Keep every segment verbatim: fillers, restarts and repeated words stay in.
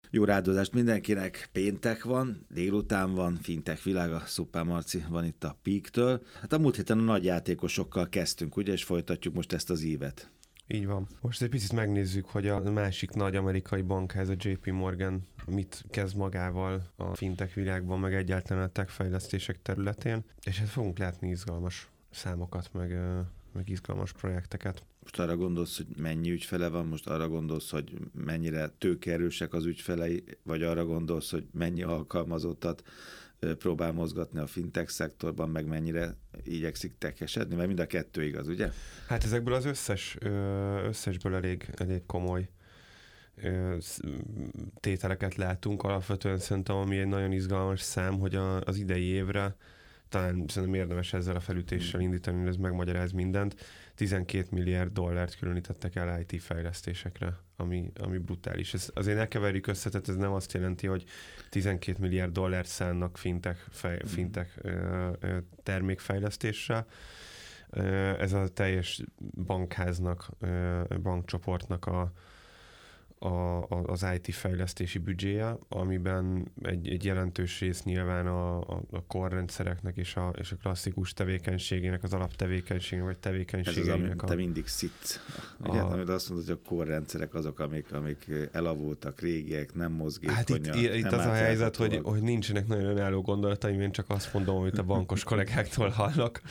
Jó rádozást mindenkinek, péntek van, délután van, fintech világa, Szuppán Marci van itt a Peak-től. Hát a múlt héten a nagy játékosokkal kezdtünk, ugye, és folytatjuk most ezt az ívet. Így van. Most egy picit megnézzük, hogy a másik nagy amerikai bankház, a jé pé Morgan mit kezd magával a fintech világban, meg egyáltalán a tech fejlesztések területén, és hát fogunk látni izgalmas számokat, meg, meg izgalmas projekteket. Most arra gondolsz, hogy mennyi ügyfele van, most arra gondolsz, hogy mennyire tőkeerősek az ügyfelei, vagy arra gondolsz, hogy mennyi alkalmazottat próbál mozgatni a fintech szektorban, meg mennyire igyekszik tekesedni, mert mind a kettő igaz, ugye? Hát ezekből az összes, összesből elég, elég komoly tételeket látunk. Alapvetően szerintem, ami egy nagyon izgalmas szám, hogy az idei évre talán szerintem érdemes ezzel a felütéssel indítani, hogy ez megmagyaráz mindent. tizenkét milliárd dollárt különítettek el í té fejlesztésekre, ami, ami brutális. Ez, azért ne keverjük össze, tehát ez nem azt jelenti, hogy tizenkét milliárd dollárt szánnak fintech, fej, fintech termékfejlesztésre. Ez a teljes bankháznak, bankcsoportnak a A, az í té fejlesztési büdzséje, amiben egy, egy jelentős rész nyilván a, a, a core rendszereknek és a, és a klasszikus tevékenységének, az alaptevékenységének, vagy tevékenységének. Ez az, amit te mindig szitsz. Ugye, a... amit azt mondod, hogy a core rendszerek azok, amik, amik elavultak, régiek, nem mozgékonyak. Hát itt, itt az a helyzet, hogy, hogy nincsenek nagyon önálló gondolataim, én csak azt mondom, amit a bankos kollégáktól hallok,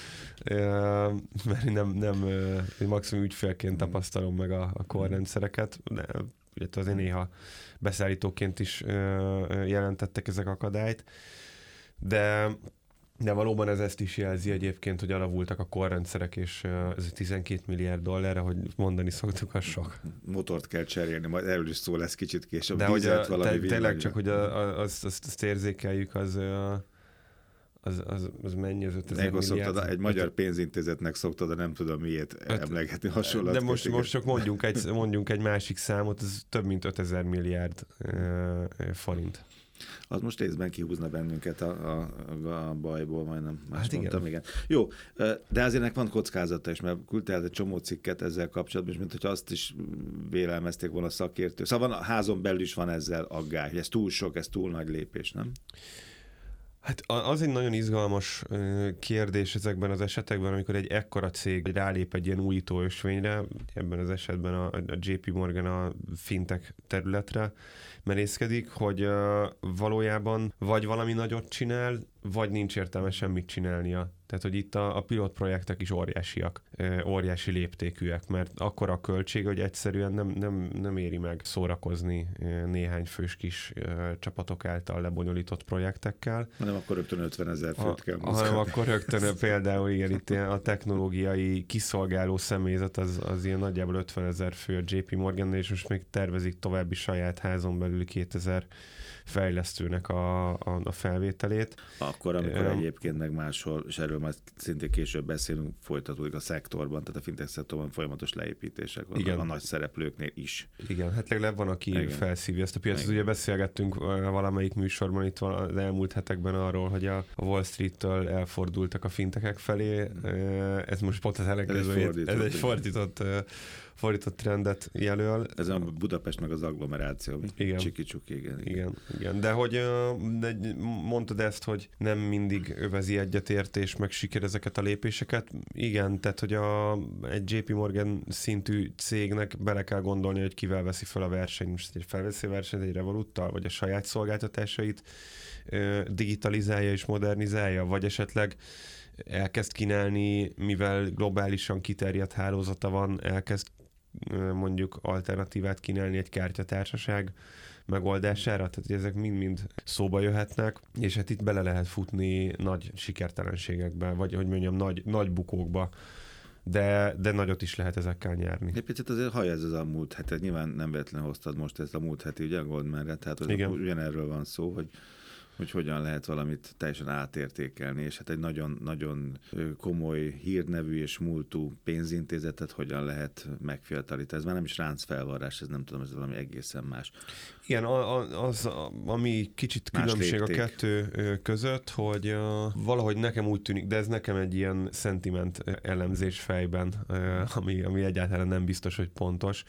mert nem, nem maximum ügyfélként tapasztalom meg a, a core rendszereket, de ugye azért néha beszállítóként is jelentettek ezek akadályt, de, de valóban ez ezt is jelzi egyébként, hogy alavultak a korrendszerek, és ez tizenkét milliárd dollárra, hogy mondani szoktuk, az sok. Motort kell cserélni, majd erről is szó lesz kicsit később. De hogy a, te, tényleg csak, hogy a, a, azt, azt, azt érzékeljük, az... Az, az, az mennyi az ötezer milliárd? Egy magyar pénzintézetnek szoktad, de nem tudom miért emlegetni hasonlót. De most, most csak mondjunk egy, mondjunk egy másik számot, ez több mint ötezer milliárd uh, forint. Az most részben kihúzna bennünket a, a, a bajból, majdnem más hát mondtam, igen. igen. Jó, de azért ennek van kockázata is, mert küldtél egy csomó cikket ezzel kapcsolatban, és mint hogy azt is vélelmezték volna szakértő. Szóval van, a házon belül is van ezzel aggály, hogy ez túl sok, ez túl nagy lépés, nem? Hát az egy nagyon izgalmas kérdés ezekben az esetekben, amikor egy ekkora cég rálép egy ilyen újító ösvényre, ebben az esetben a, a jé pé Morgan a fintech területre merészkedik, hogy valójában vagy valami nagyot csinál, vagy nincs értelme semmit csinálnia. Tehát, hogy itt a, a pilot projektek is óriásiak, óriási léptékűek, mert akkora a költség, hogy egyszerűen nem, nem, nem éri meg szórakozni néhány fős kis csapatok által lebonyolított projektekkel. Hanem akkor rögtön ötvenezer főt kell mozgatni. Hanem akkor rögtön például igen, itt a technológiai kiszolgáló személyzet az, az ilyen nagyjából ötvenezer fő a jé pé Morgan, és most még tervezik további saját házon belül kétezer fejlesztőnek a, a, a felvételét. Akkor, amikor um, egyébként meg máshol, és erről majd szintén később beszélünk, folytatódik a szektorban, tehát a fintech szektorban folyamatos leépítések vannak igen. a nagy szereplőknél is. Igen, hát legalább van, aki igen. felszívja ezt a piacot. Ugye beszélgettünk valamelyik műsorban itt az elmúlt hetekben arról, hogy a Wall Street-től elfordultak a fintechek felé. Ez most pont az ellenkező. Ez egy fordított, fordított trendet jelöl. Ez a Budapest meg az agglomeráció. Csiki-csuki, igen, igen. igen. Igen, de hogy de mondtad ezt, hogy nem mindig övezi egyetértés, meg siker ezeket a lépéseket. Igen, tehát, hogy a, egy jé pé Morgan szintű cégnek bele kell gondolni, hogy kivel veszi fel a versenyt. Most egy felveszi versenyt egy Revoluttal, vagy a saját szolgáltatásait digitalizálja és modernizálja, vagy esetleg elkezd kínálni, mivel globálisan kiterjedt hálózata van, elkezd mondjuk alternatívát kínálni egy kártyatársaság megoldására, tehát ezek mind-mind szóba jöhetnek, és hát itt bele lehet futni nagy sikertelenségekbe, vagy hogy mondjam, nagy, nagy bukókba, de, de nagyot is lehet ezekkel nyerni. Egy picit azért hallja ez az a múlt hetet, nyilván nem véletlenül hoztad most ezt a múlt heti, ugye a Goldmanre, tehát ugyanerről van szó, hogy hogy hogyan lehet valamit teljesen átértékelni, és hát egy nagyon-nagyon komoly hírnevű és múltú pénzintézetet hogyan lehet megfiatalítani. Ez már nem is ráncfelvarrás, ez nem tudom, ez valami egészen más. Igen, az, ami kicsit más különbség lépték a kettő között, hogy valahogy nekem úgy tűnik, de ez nekem egy ilyen szentiment elemzés fejben, ami, ami egyáltalán nem biztos, hogy pontos.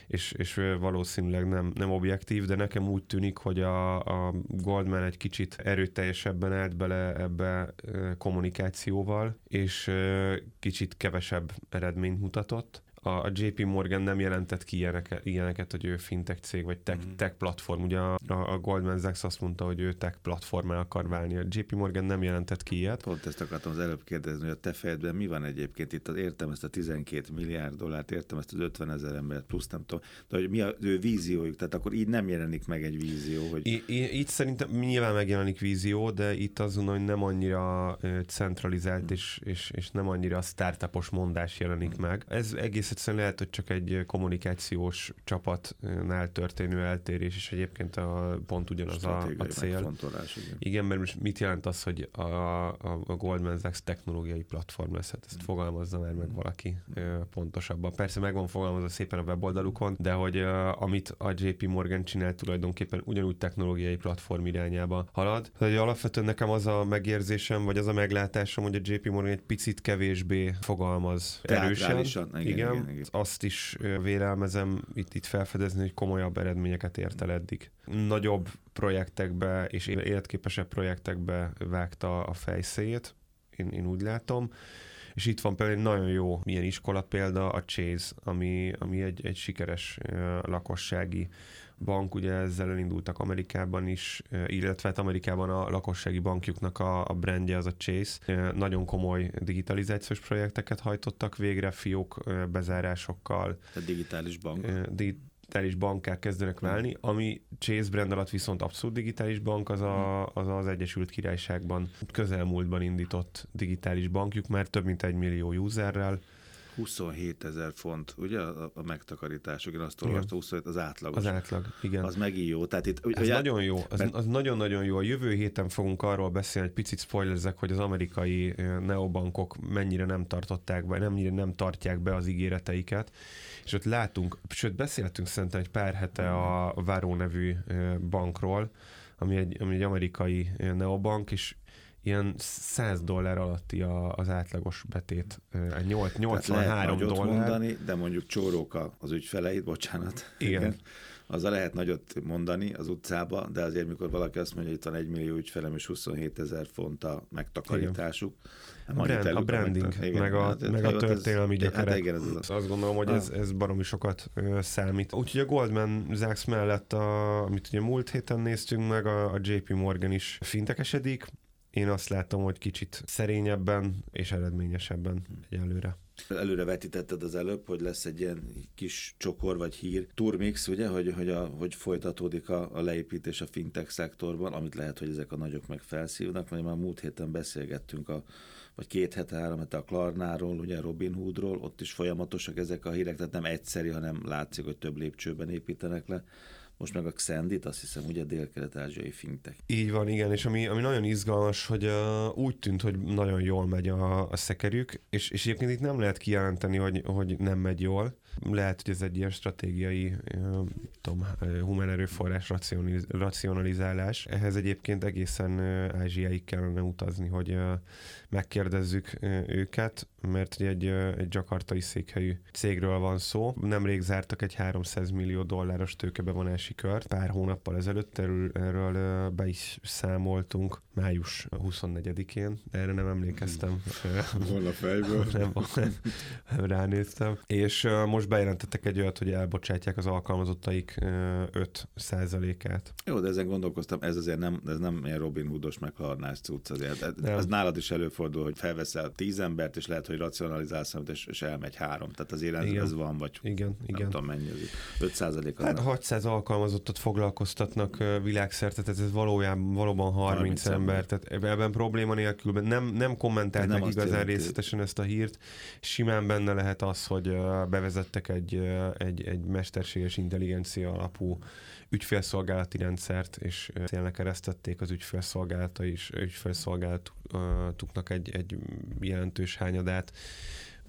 és, és valószínűleg nem, nem objektív, de nekem úgy tűnik, hogy a, a Goldman egy kicsit erőteljesebben állt bele ebbe kommunikációval, és kicsit kevesebb eredményt mutatott. A jé pé Morgan nem jelentett ki ilyeneket, ilyeneket hogy ő fintech cég, vagy tech, mm. tech platform. Ugye a, a Goldman Sachs azt mondta, hogy ő tech platformá akar válni. A jé pé Morgan nem jelentett ki ilyet. Pont ezt akartam az előbb kérdezni, hogy a te fejedben mi van egyébként itt? Az, értem ezt a tizenkét milliárd dollárt, értem ezt az ötvenezer embert, plusz nem tudom, de hogy mi az ő víziójuk? Tehát akkor így nem jelenik meg egy vízió. Hogy... I, I, így szerintem nyilván megjelenik vízió, de itt azon, hogy nem annyira centralizált, mm. és, és, és nem annyira startupos mondás jelenik mm. meg. Ez egész egyszerűen lehet, hogy csak egy kommunikációs csapatnál történő eltérés, és egyébként a, pont ugyanaz a, a cél. Igen. igen, mert most mit jelent az, hogy a, a, a Goldman Sachs technológiai platform lesz? Hát ezt fogalmazza már meg valaki pontosabban. Persze meg van fogalmazva szépen a weboldalukon, de hogy uh, amit a jé pé Morgan csinál, tulajdonképpen ugyanúgy technológiai platform irányába halad. Tehát alapvetően nekem az a megérzésem, vagy az a meglátásom, hogy a jé pé Morgan egy picit kevésbé fogalmaz erősen. Igen, igen, igen, igen. Azt is vélelmezem itt, itt felfedezni, hogy komolyabb eredményeket ért el eddig. Nagyobb projektekbe és életképesebb projektekbe vágta a fejszéjét, én, én úgy látom. És itt van például egy nagyon jó ilyen iskola példa, a Chase, ami, ami egy, egy sikeres uh, lakossági bank, ugye ezzel elindultak Amerikában is, illetve hát Amerikában a lakossági bankjuknak a, a brandje az a Chase. Nagyon komoly digitalizációs projekteket hajtottak végre, fiók bezárásokkal. A digitális bank. Digitális bankká kezdenek válni, ami Chase brand alatt viszont abszolút digitális bank, az a, az, az Egyesült Királyságban közelmúltban indított digitális bankjuk, már több mint egy millió userrel. huszonhétezer font, ugye a, a megtakarítások, én azt olvastam, huszonhét az átlagos. Az átlag, igen. Az megint jó. Tehát itt, ez ugye, nagyon jó, az, mert... az nagyon-nagyon jó. A jövő héten fogunk arról beszélni, egy picit spoilerzek, hogy az amerikai neobankok mennyire nem tartották be, mennyire nem tartják be az ígéreteiket, és ott látunk, sőt beszéltünk szerintem egy pár hete a Varo nevű bankról, ami egy, ami egy amerikai neobank, és ilyen száz dollár alatti a, az átlagos betét. nyolcvanhárom dollár. Mondani, de mondjuk csóróka az ügyfeleit, bocsánat. Igen. Igen. Azzal lehet nagyot mondani az utcába, de azért, mikor valaki azt mondja, hogy itt van egy millió ügyfelem és huszonhétezer font a megtakarításuk. A, brand, a branding, a igen, meg a, hát, meg a történelmi gyökerek. Hát igen, ez az. Azt gondolom, hogy ez, ez baromi sokat ö, számít. Úgyhogy a Goldman Sachs mellett, a, amit ugye múlt héten néztünk meg, a, a jé pé Morgan is fintekesedik. Én azt látom, hogy kicsit szerényebben és eredményesebben egyelőre. Előre vetítetted az előbb, hogy lesz egy ilyen kis csokor vagy hír, turmix, ugye, hogy, hogy, a, hogy folytatódik a, a leépítés a fintech szektorban, amit lehet, hogy ezek a nagyok meg felszívnak, mert már múlt héten beszélgettünk, a, vagy két hete, három hete a Klarnáról, ugye Robinhoodról, ott is folyamatosak ezek a hírek, tehát nem egyszeri, hanem látszik, hogy több lépcsőben építenek le. Most meg a Xendit, azt hiszem, ugye dél-kelet-ázsiai fintech. Így van, igen, és ami, ami nagyon izgalmas, hogy uh, úgy tűnt, hogy nagyon jól megy a, a szekerük, és, és egyébként itt nem lehet kijelenteni, hogy, hogy nem megy jól. Lehet, hogy ez egy ilyen stratégiai uh, tudom, humán erőforrás racionaliz- racionalizálás. Ehhez egyébként egészen uh, Ázsiáig kellene utazni, hogy uh, megkérdezzük uh, őket, mert ugye egy, uh, egy jakartai székhelyű cégről van szó. Nemrég zártak egy háromszáz millió dolláros tőkebevonási kört. Pár hónappal ezelőtt erről, erről uh, be is számoltunk május huszonnegyedikén, de erre nem emlékeztem. Volna fejből. nem, nem, nem ránéztem. És uh, most bejelentettek egy olyat, hogy elbocsátják az alkalmazottaik öt százalékát. Jó, de ezen gondolkoztam, ez azért nem, ez nem ilyen Robin Hoodos meg Klarnás cucc azért. Ez nálad is előfordul, hogy felveszel tíz embert, és lehet, hogy racionalizálsz, és, és elmegy három. Tehát azért ez, ez van, vagy igen, nem igen. tudom mennyi az öt százalék. Hát hatszáz alkalmazottat foglalkoztatnak világszerte, tehát ez valójában valóban harminc, harminc ember. Tehát ebben probléma nélkül, nem, nem kommentált meg igazán jelenti. Részletesen ezt a hírt. Simán benne lehet az, hogy bevezettek egy, egy, egy mesterséges intelligencia alapú ügyfélszolgálati rendszert, és tényleg keresztették az ügyfélszolgálata is, ügyfélszolgálatuknak egy, egy jelentős hányadát.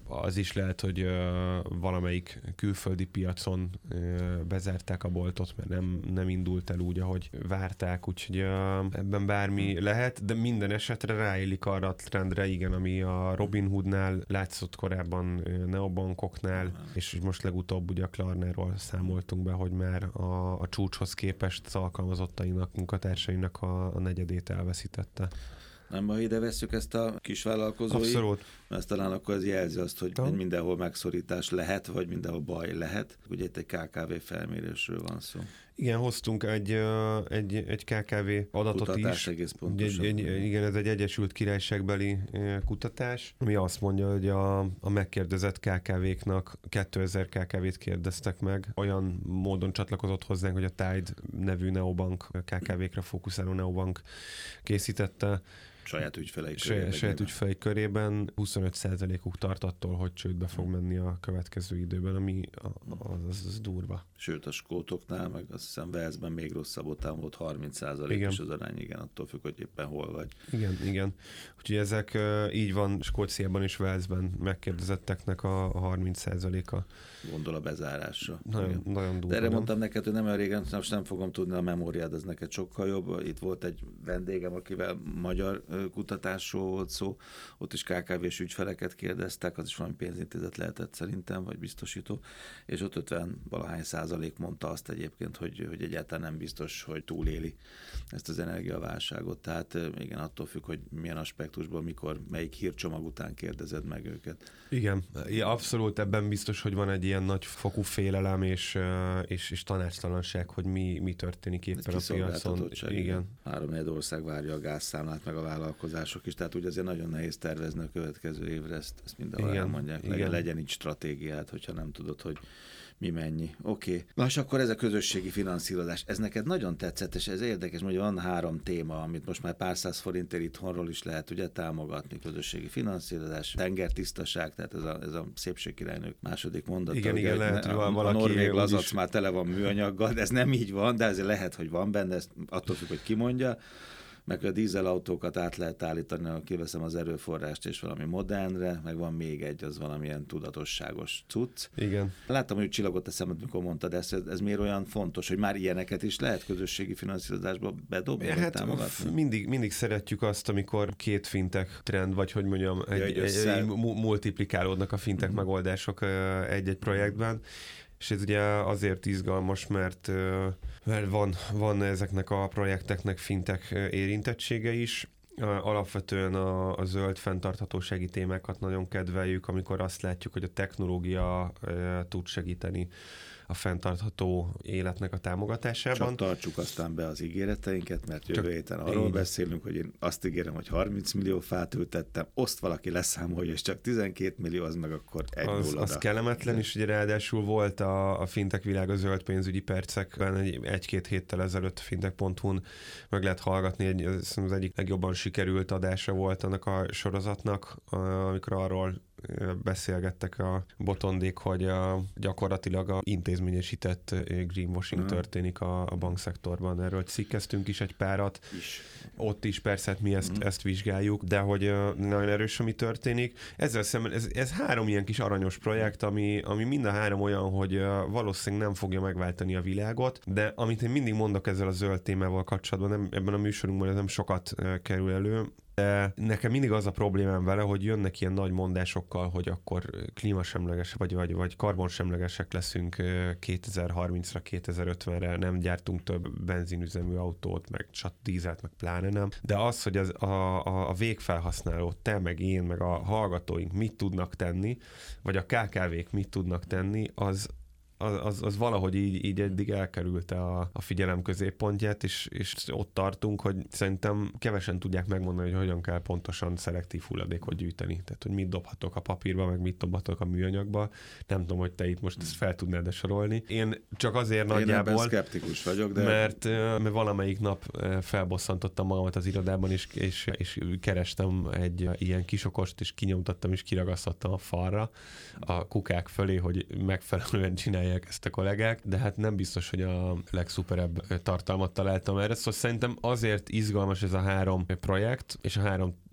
az is lehet, hogy valamelyik külföldi piacon bezárták a boltot, mert nem, nem indult el úgy, ahogy várták, úgyhogy ebben bármi lehet, de minden esetre ráillik arra a trendre, igen, ami a Robinhoodnál látszott korábban, neobankoknál, és most legutóbb ugye a Klarnáról számoltunk be, hogy már a, a csúcshoz képest az alkalmazottainak, munkatársainak a, a negyedét elveszítette. Nem, ha ide vesszük ezt a kisvállalkozói, Abszolút. Mert talán akkor ez jelzi azt, hogy Tam. mindenhol megszorítás lehet, vagy mindenhol baj lehet. Ugye itt egy ká ká vé felmérésről van szó. Igen, hoztunk egy, egy, egy ká ká vé adatot kutatás is. Egész pontosan. Egy, egy, igen, ez egy Egyesült Királyságbeli kutatás, ami azt mondja, hogy a, a megkérdezett ká ká véknak kétezer ká ká vét kérdeztek meg. Olyan módon csatlakozott hozzánk, hogy a Tide nevű neobank, ká ká vékre fókuszáló neobank készítette. Saját ügyfeleik körében. Saját ügyfeleik körében huszonöt százalékuk tart attól, hogy csődbe fog menni a következő időben, ami az, az, az durva. Sőt, a skótoknál, meg azt hiszem Walesben még rosszabb, ott volt harminc százalékos az arány, igen, attól függ, hogy éppen hol vagy. Igen, igen. Úgyhogy ezek így van Skóciában és Walesben megkérdezetteknek a, a harminc százaléka. Gondol a bezárásra. Nagyon, nagyon durva. De erre mondtam neked, hogy nem olyan régen, most nem fogom tudni, a memóriád az neked sokkal jobb. Itt volt egy vendégem, akivel magyar kutatásról volt szó, ott is ká ká vés ügyfeleket kérdeztek, az is valami pénzintézet lehetett szerintem, vagy biztosító, és ott ötven valahány százalék mondta azt egyébként, hogy, hogy egyáltalán nem biztos, hogy túléli ezt az energiaválságot. Tehát igen, attól függ, hogy milyen aspektusból, mikor, melyik hírcsomag után kérdezed meg őket. Igen, abszolút ebben biztos, hogy van egy ilyen nagy fokú félelem és, és, és tanácstalanság, hogy mi, mi történik éppen a piacon. Igen. Három-négy ország várja a gázszámlát, meg a vállalkozások is, tehát úgy azért nagyon nehéz tervezni a következő évre, ezt, ezt mindenhol elmondják. Legyen, legyen így stratégiát, hogyha nem tudod, hogy mi mennyi. Oké. Okay. Na és akkor ez a közösségi finanszírozás. Ez neked nagyon tetszett, és ez érdekes, hogy van három téma, amit most már pár száz forintért itthonról is lehet ugye támogatni. Közösségi finanszírozás, tengertisztaság, tehát ez a, ez a szépségkirálynők második mondata. Igen, igen, lehet, hogy a, valaki... A norvég lazac is... már tele van műanyaggal, de ez nem így van, de ezért lehet, hogy van benne, ezt attól függ, hogy ki mondja. Meg a dízelautókat át lehet állítani, ha kiveszem az erőforrást és valami modernre, meg van még egy, az valamilyen tudatosságos cucc. Igen. Láttam, hogy csillagott eszembe, mikor mondtad ezt, ez, ez miért olyan fontos, hogy már ilyeneket is lehet közösségi finanszírozásba bedobni, hát, vagy támogatni? Mindig, mindig szeretjük azt, amikor két fintech trend, vagy hogy mondjam, egy, egy, össze... egy, multiplikálódnak a fintech uh-huh. megoldások egy-egy projektben. És ez ugye azért izgalmas, mert, mert van, van ezeknek a projekteknek fintech érintettsége is. Alapvetően a, a zöld fenntarthatósági témákat nagyon kedveljük, amikor azt látjuk, hogy a technológia tud segíteni a fenntartható életnek a támogatásában. Csak tartsuk aztán be az ígéreteinket, mert jövő héten arról így beszélünk, hogy én azt ígérem, hogy harminc millió fát ültettem, oszt valaki leszámolja, és csak tizenkét millió, az meg akkor egy az, nulla. Az kellemetlen, és ugye ráadásul volt a, a fintech világ a zöld pénzügyi percekben egy, egy-két héttel ezelőtt fintech pont hu-n meg lehet hallgatni, egy, az egyik legjobban sikerült adása volt annak a sorozatnak, amikor arról beszélgettek a botondék, hogy a, gyakorlatilag a intézményesített greenwashing uh-huh. történik a, a bankszektorban. Erről cikkeztünk is egy párat. Is. Ott is persze, hát mi ezt, uh-huh. ezt vizsgáljuk, de hogy uh, nagyon erős, ami történik. Ezzel szemben ez, ez három ilyen kis aranyos projekt, ami, ami mind a három olyan, hogy uh, valószínűleg nem fogja megváltani a világot, de amit én mindig mondok ezzel a zöld témával kapcsolatban, nem, ebben a műsorunkban ez nem sokat uh, kerül elő, de nekem mindig az a problémám vele, hogy jönnek ilyen nagy mondásokkal, hogy akkor klímasemlegesek, vagy, vagy, vagy karbonsemlegesek leszünk kétezer-harmincra, kétezer-ötvenre, nem gyártunk több benzinüzemű autót, meg csak dízelt, meg pláne nem. De az, hogy az, a, a, a végfelhasználó, te, meg én, meg a hallgatóink mit tudnak tenni, vagy a ká ká vék mit tudnak tenni, az Az, az, az valahogy így, így eddig elkerülte a, a figyelem középpontját, és, és ott tartunk, hogy szerintem kevesen tudják megmondani, hogy hogyan kell pontosan szelektív hulladékot gyűjteni. Tehát, hogy mit dobhatok a papírba, meg mit dobhatok a műanyagba. Nem tudom, hogy te itt most ezt fel tudnád sorolni. Én csak azért Én nagyjából... Én szkeptikus vagyok, de... Mert, mert valamelyik nap felbosszantottam magamat az irodában, és, és, és kerestem egy ilyen kisokost, és kinyomtattam, és kiragasztottam a falra a kukák fölé, hogy megfelelően csinálják ezt a kollégák, de hát nem biztos, hogy a legszuperebb tartalmat találtam erre. Szóval szerintem azért izgalmas ez a három projekt, és a három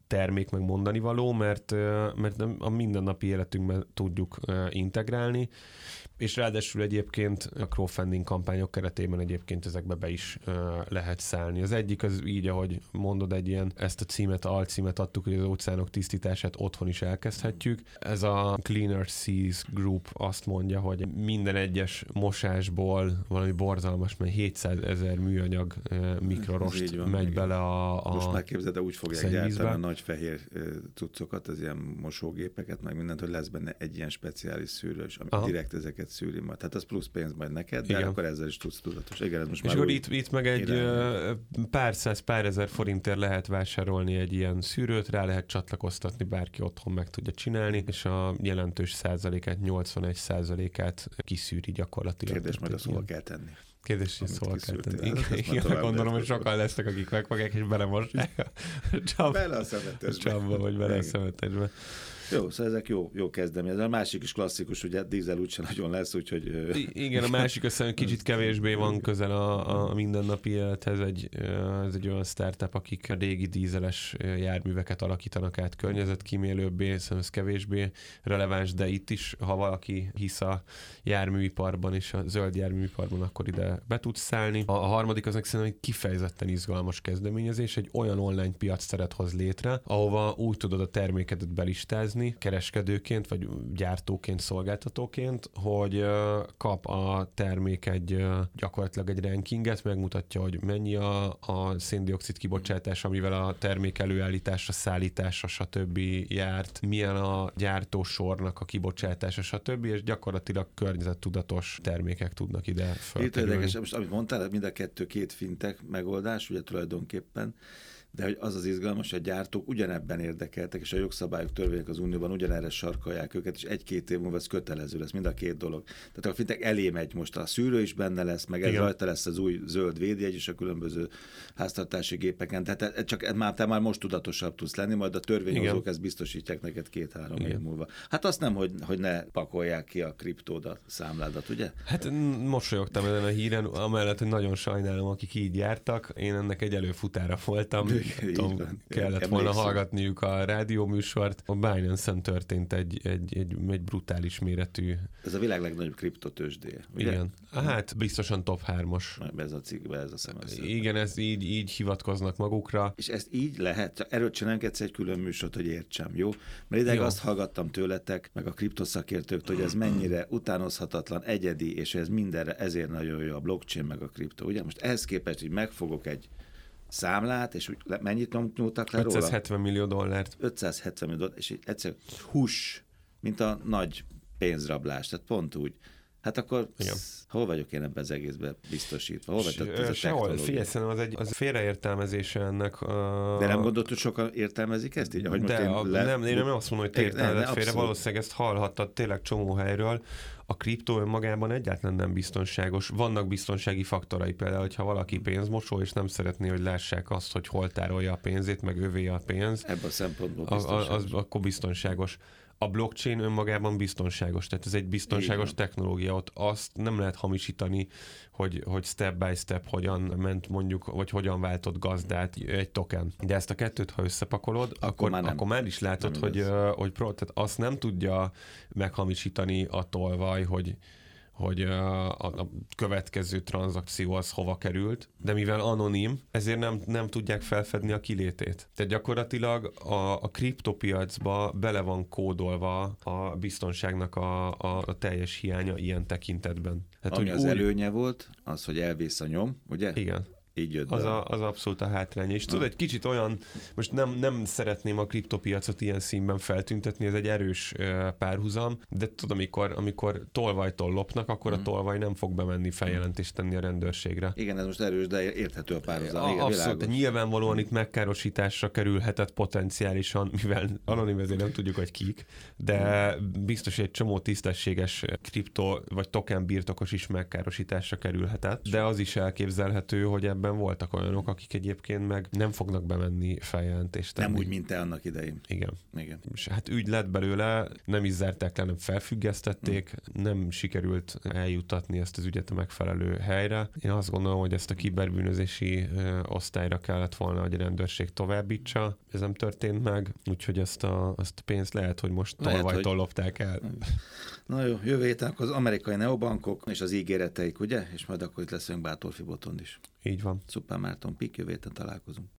termék meg mondani való, mert, mert a mindennapi életünkben tudjuk integrálni, és ráadásul egyébként a crowdfunding kampányok keretében egyébként ezekbe be is uh, lehet szállni. Az egyik az így, ahogy mondod, egy ilyen, ezt a címet, alcímet adtuk, hogy az óceánok tisztítását otthon is elkezdhetjük. Ez a Cleaner Seas Group azt mondja, hogy minden egyes mosásból valami borzalmas, mert hétszázezer műanyag uh, mikrorost van, megy igen. bele a, a Most már képzeld, de úgy fogják gyártani a nagy fehér uh, cuccokat, az ilyen mosógépeket, meg mindent, hogy lesz benne egy ilyen speciális szűrős, ami Aha. direkt ezeket szűri majd. Tehát az plusz pénz majd neked, de igen. akkor ezzel is tudsz tudatos. Igen, ez most és már akkor itt, itt meg egy irány. pár száz, pár ezer forintért lehet vásárolni egy ilyen szűrőt, rá lehet csatlakoztatni, bárki otthon meg tudja csinálni, és a jelentős százalékát, nyolcvanegy százalékát kiszűri gyakorlatilag. Kérdés majd azt hol kell tenni. Kérdés, hogy szóval kell tenni. Igen, gondolom, hogy sokan lesznek, akik megfogják, és belemosják a csapba. Bele a szemetesbe. Csapba, vagy bele a szemetesbe. Jó, szóval ezek jó, jó kezdeményezés. A másik is klasszikus, ugye dízel úgysem nagyon lesz, úgyhogy... Igen, a másik össze kicsit kevésbé van közel a, a mindennapi élethez. Egy, ez egy olyan startup, akik a régi dízeles járműveket alakítanak át környezetkímélőbbé, szerintem ez kevésbé releváns, de itt is, ha valaki hisz a járműiparban és a zöld járműiparban, akkor ide be tudsz szállni. A, a harmadik aznak szerintem egy kifejezetten izgalmas kezdeményezés, egy olyan online piacteret hoz létre, ahova úgy tudod a termékedet belistázni, kereskedőként, vagy gyártóként, szolgáltatóként, hogy kap a termék egy gyakorlatilag egy rankinget, megmutatja, hogy mennyi a, a széndioxid kibocsátás, amivel a termék előállítása, szállítása, stb. Járt, milyen a gyártósornak a kibocsátása, stb. És gyakorlatilag környezettudatos termékek tudnak ide fölkerülni. Érdekes, most amit mondtál, mind a kettő két fintech megoldás, ugye tulajdonképpen, de hogy az az izgalmas, hogy a gyártók ugyanebben érdekeltek, és a jogszabályok, törvények az Unióban ugyanerre sarkalják őket, és egy-két év múlva ez kötelező lesz, mind a két dolog. Tehát a fintek elé megy most, a szűrő is benne lesz, meg ez rajta lesz az új zöld védjegy is a különböző háztartási gépeken. Tehát csak már, te már most tudatosabb tudsz lenni, majd a törvényhozók ezt biztosítják neked két-három év múlva. Hát azt nem, hogy, hogy ne pakolják ki a kriptódat, számládat, ugye? Hát mosolyogtam ezen a híren, amellett, hogy nagyon sajnálom, akik így jártak. Én ennek egy előfutára voltam. Tudom, kellett Emlékszem. volna hallgatniuk a rádióműsort. A Binance-en történt egy, egy, egy, egy brutális méretű... Ez a világ legnagyobb kriptotőzsdéje, ugye? Igen. Hát biztosan top hármas. Ez a cikkbe, ez a szemeszet. Igen, ez így, így hivatkoznak magukra. És ezt így lehet? Erről csinálunk egyszer egy külön műsort, hogy értsem, jó? Mert ideig azt hallgattam tőletek, meg a kriptoszakértőktől, hogy ez mennyire utánozhatatlan, egyedi, és ez mindenre, ezért nagyon jó a blockchain, meg a kripto, ugye? Most ehhez képest, hogy megfogok egy számlát, és úgy, mennyit nyomultak le róla? ötszázhetven millió dollárt. ötszázhetven millió dollárt, és így egyszer hús, mint a nagy pénzrablás, tehát pont úgy. Hát akkor sz, hol vagyok én ebben az egészben biztosítva? Hol vagy ez a technológia? Figyelj, szerintem az egy az félreértelmezése ennek. A... De nem gondolt, hogy sokan értelmezik ezt így? Ahogy De most én a, le... nem, én nem azt mondom, hogy értelmezett félre, valószínűleg ezt hallhattad tényleg csomó helyről. A kriptó önmagában egyáltalán nem biztonságos. Vannak biztonsági faktorai, például, hogyha valaki pénzmosó, és nem szeretné, hogy lássák azt, hogy hol tárolja a pénzét, meg övé a pénz. Ebben a szempontból biztonságos. Az, az, akkor biztonságos. A blockchain önmagában biztonságos, tehát ez egy biztonságos technológia, ott azt nem lehet hamisítani, hogy, hogy step by step hogyan ment mondjuk, vagy hogyan váltott gazdát egy token. De ezt a kettőt, ha összepakolod, akkor, akkor, már, akkor már is látod, hogy, uh, hogy pro, tehát azt nem tudja meghamisítani a tolvaj, hogy hogy a, a következő tranzakció az hova került, de mivel anonim, ezért nem, nem tudják felfedni a kilétét. Tehát gyakorlatilag a, a kriptopiacba bele van kódolva a biztonságnak a, a, a teljes hiánya ilyen tekintetben. Tehát, ami hogy az úgy... előnye volt, az, hogy elvész a nyom, ugye? Igen. Így jött az, a, az abszolút a hátrány. És tudod, egy kicsit olyan, most nem, nem szeretném a kriptopiacot ilyen színben feltüntetni, ez egy erős uh, párhuzam, de tudod, amikor, amikor tolvajtól lopnak, akkor mm. a tolvaj nem fog bemenni feljelentést tenni a rendőrségre. Igen, ez most erős, de érthető a párhuzam. Igen, abszolút, nyilvánvalóan itt megkárosításra kerülhetett potenciálisan, mivel anonim ezért nem tudjuk, hogy kik, de biztos egy csomó tisztességes kripto vagy token birtokos is megkárosításra kerülhetett, de az is elképzelhető, hogy ebben többen voltak olyanok, akik egyébként meg nem fognak bemenni feljelentést tenni. Nem úgy, mint te annak idején. Igen. Igen. És hát ügy lett belőle, nem is zárták le, nem felfüggesztették, hmm. nem sikerült eljutatni ezt az ügyet a megfelelő helyre. Én azt gondolom, hogy ezt a kiberbűnözési ö, osztályra kellett volna, hogy a rendőrség továbbítsa. Ez nem történt meg, úgyhogy ezt a, azt a pénzt lehet, hogy most tolvajtól hogy... lopták el. Na jó, jövő héten akkor az amerikai neobankok és az ígéreteik, ugye? És majd akkor itt leszünk Bátorfi Botond is. Így van. Szupán Márton Pik, jövő héten találkozunk.